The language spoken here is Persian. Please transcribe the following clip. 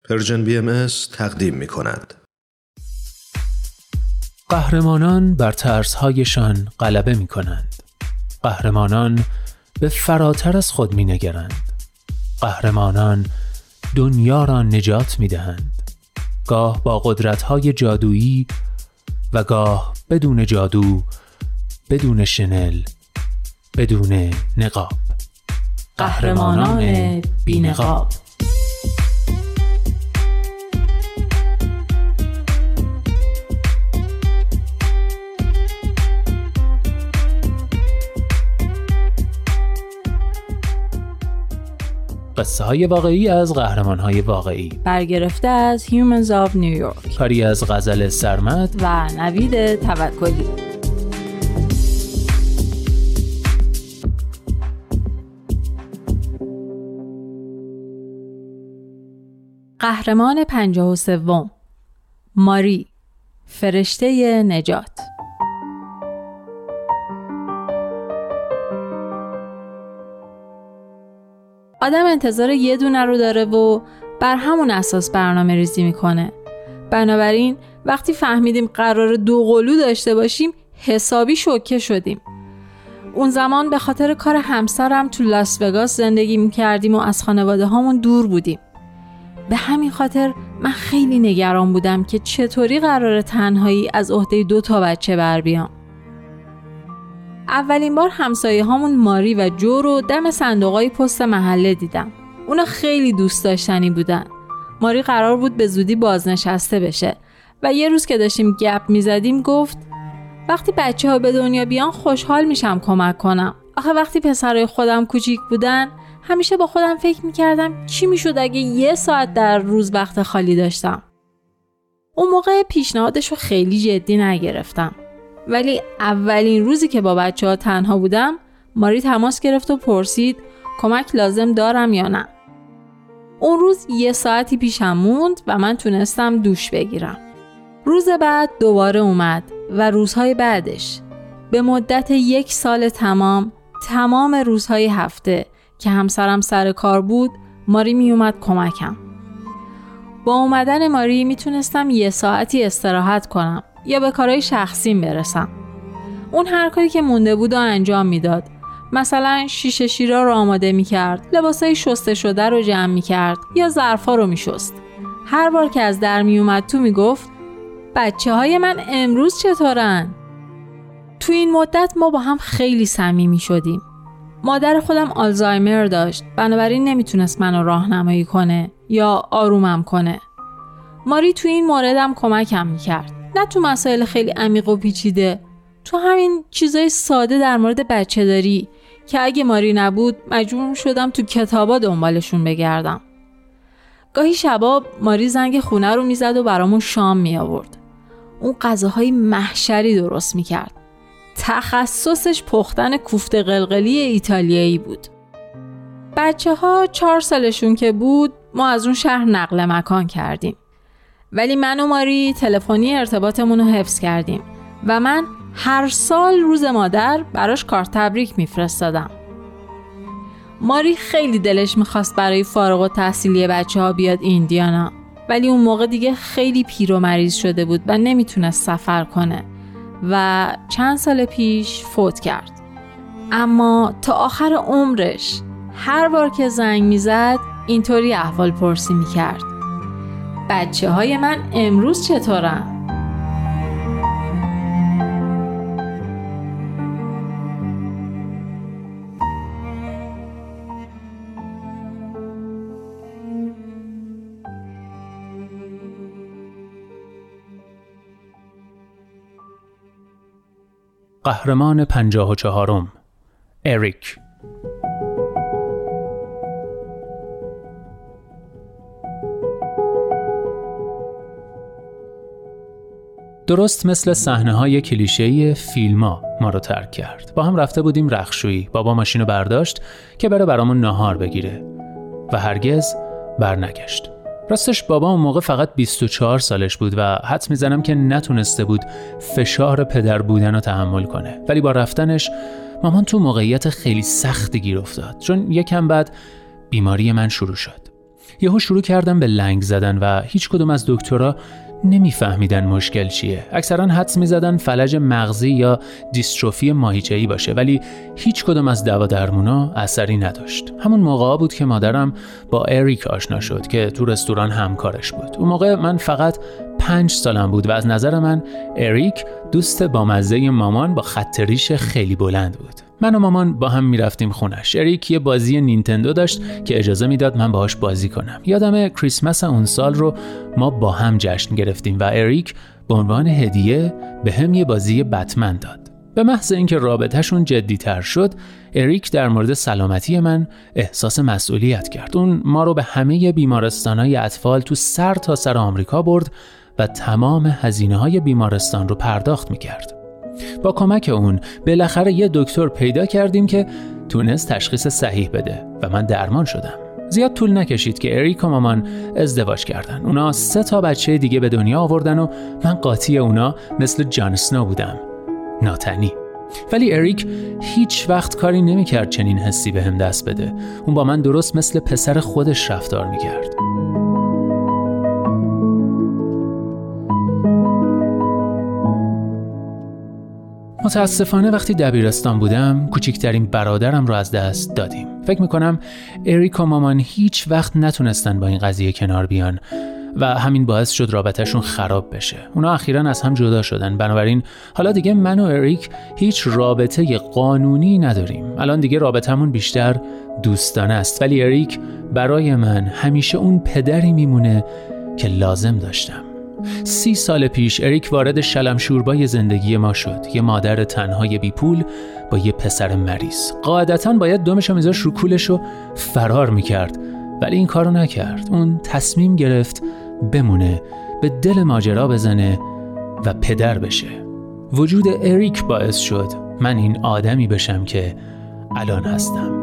پرژن BMS تقدیم می‌کند. قهرمانان بر ترس‌هایشان غلبه می‌کنند. قهرمانان به فراتر از خود می‌نگرند. قهرمانان دنیا را نجات می‌دهند. گاه با قدرت‌های جادویی و گاه بدون جادو، بدون شنل، بدون نقاب. قهرمانان بی‌نقاب. قصه های واقعی از قهرمان های واقعی، برگرفته از Humans of New York، کاری از غزل سرمد و نوید توکلی. قهرمان 53 ماری، فرشته نجات. آدم انتظار یه دونه رو داره و بر همون اساس برنامه ریزی میکنه. بنابراین وقتی فهمیدیم قرار 2 قلو داشته باشیم حسابی شوکه شدیم. اون زمان به خاطر کار همسرم تو لاس وگاس زندگی میکردیم و از خانواده هامون دور بودیم. به همین خاطر من خیلی نگران بودم که چطوری قرار تنهایی از عهده 2 بچه بر بیام. اولین بار همسایه هامون ماری و جو رو دم صندوقای پست محله دیدم. اونا خیلی دوست داشتنی بودن. ماری قرار بود به زودی بازنشسته بشه و یه روز که داشتیم گپ میزدیم گفت وقتی بچه ها به دنیا بیان خوشحال میشم کمک کنم. آخه وقتی پسرای خودم کوچیک بودن همیشه با خودم فکر میکردم چی میشد اگه 1 ساعت در روز وقت خالی داشتم. اون موقع پیشنهادشو خیلی جدی نگرفتم. ولی اولین روزی که با بچه‌ها تنها بودم ماری تماس گرفت و پرسید کمک لازم دارم یا نه. اون روز 1 ساعتی پیشم موند و من تونستم دوش بگیرم. روز بعد دوباره اومد و روزهای بعدش. به مدت 1 سال تمام روزهای هفته که همسرم سر کار بود ماری می اومد کمکم. با اومدن ماری میتونستم 1 ساعتی استراحت کنم یا به کارهای شخصیم برسم. اون هر کاری که مونده بود و انجام میداد. مثلا شیشه شیرا رو آماده میکرد، لباسای شسته شده رو جمع میکرد یا ظرفا رو میشست. هر بار که از در میومد تو میگفت بچه های من امروز چطورن؟ تو این مدت ما با هم خیلی صمیمی شدیم. مادر خودم آلزایمر داشت، بنابراین نمیتونست منو راهنمایی کنه یا آرومم کنه. ماری تو این موردم کمکم میکرد. نه تو مسائل خیلی عمیق و پیچیده، تو همین چیزای ساده در مورد بچه داری که اگه ماری نبود مجبور شدم تو کتابا دنبالشون بگردم. گاهی شبا ماری زنگ خونه رو میزد و برامون شام می آورد. اون غذاهای محشری درست میکرد. تخصصش پختن کوفته قلقلی ایتالیایی بود. بچه ها 4 سالشون که بود ما از اون شهر نقل مکان کردیم. ولی من و ماری تلفنی ارتباطمون رو حفظ کردیم و من هر سال روز مادر براش کارت تبریک میفرستادم. ماری خیلی دلش میخواست برای فارغ التحصیلی بچه ها بیاد ایندیانا، ولی اون موقع دیگه خیلی پیر و مریض شده بود و نمیتونست سفر کنه و چند سال پیش فوت کرد. اما تا آخر عمرش هر بار که زنگ میزد اینطوری احوال پرسی میکرد: بچه های من امروز چطورن؟ قهرمان 54 اریک. درست مثل صحنه‌های کلیشه‌ای فیلم‌ها ما رو ترک کرد. با هم رفته بودیم رختشویی. بابا ماشینو برداشت که بره برامون ناهار بگیره و هرگز برنگشت. راستش بابا اون موقع فقط 24 سالش بود و حدس میزنم که نتونسته بود فشار پدر بودن رو تحمل کنه. ولی با رفتنش مامان تو موقعیت خیلی سختی گیر افتاد، چون یکم بعد بیماری من شروع شد. یهو شروع کردم به لنگ زدن و هیچ کدوم از دکترها نمیفهمیدن مشکل چیه. اکثرا حدس میزدن فلج مغزی یا دیستروفی ماهیچه‌ای باشه، ولی هیچ کدوم از دوا درمونا اثری نداشت. همون موقع بود که مادرم با اریک آشنا شد که تو رستوران همکارش بود. اون موقع من فقط 5 سالم بود و از نظر من اریک دوست بامزه مامان با خط ریش خیلی بلند بود. من و مامان با هم میرفتیم خونش. اریک یه بازی نینتندو داشت که اجازه میداد من باهاش بازی کنم. یادم کریسمس اون سال رو ما با هم جشن گرفتیم و اریک به عنوان هدیه به هم یه بازی بتمن داد. به محض اینکه رابطه‌شون جدی‌تر شد، اریک در مورد سلامتی من احساس مسئولیت کرد. اون ما رو به همه بیمارستان‌های اطفال تو سر تا سر آمریکا برد و تمام هزینه‌های بیمارستان رو پرداخت می‌کرد. با کمک اون بالاخره یه دکتر پیدا کردیم که تونست تشخیص صحیح بده و من درمان شدم. زیاد طول نکشید که اریک و مامان ازدواج کردن. اونا 3 بچه دیگه به دنیا آوردن و من قاطی اونا مثل جان اسنو بودم، ناتنی. ولی اریک هیچ وقت کاری نمی‌کرد چنین حسی بهم دست بده. اون با من درست مثل پسر خودش رفتار می‌کرد. متاسفانه وقتی دبیرستان بودم کوچکترین برادرم رو از دست دادیم. فکر میکنم اریک و مامان هیچ وقت نتونستن با این قضیه کنار بیان و همین باعث شد رابطهشون خراب بشه. اونا اخیراً از هم جدا شدن. بنابراین حالا دیگه من و اریک هیچ رابطه قانونی نداریم. الان دیگه رابطمون بیشتر دوستانه است، ولی اریک برای من همیشه اون پدری میمونه که لازم داشتم. 30 سال پیش اریک وارد شلمشوربای زندگی ما شد. یه مادر تنهای بی پول با یه پسر مریض. قاعدتاً باید دمشو میذاش رو کولشو فرار میکرد، ولی این کارو نکرد. اون تصمیم گرفت بمونه، به دل ماجرا بزنه و پدر بشه. وجود اریک باعث شد من این آدمی بشم که الان هستم.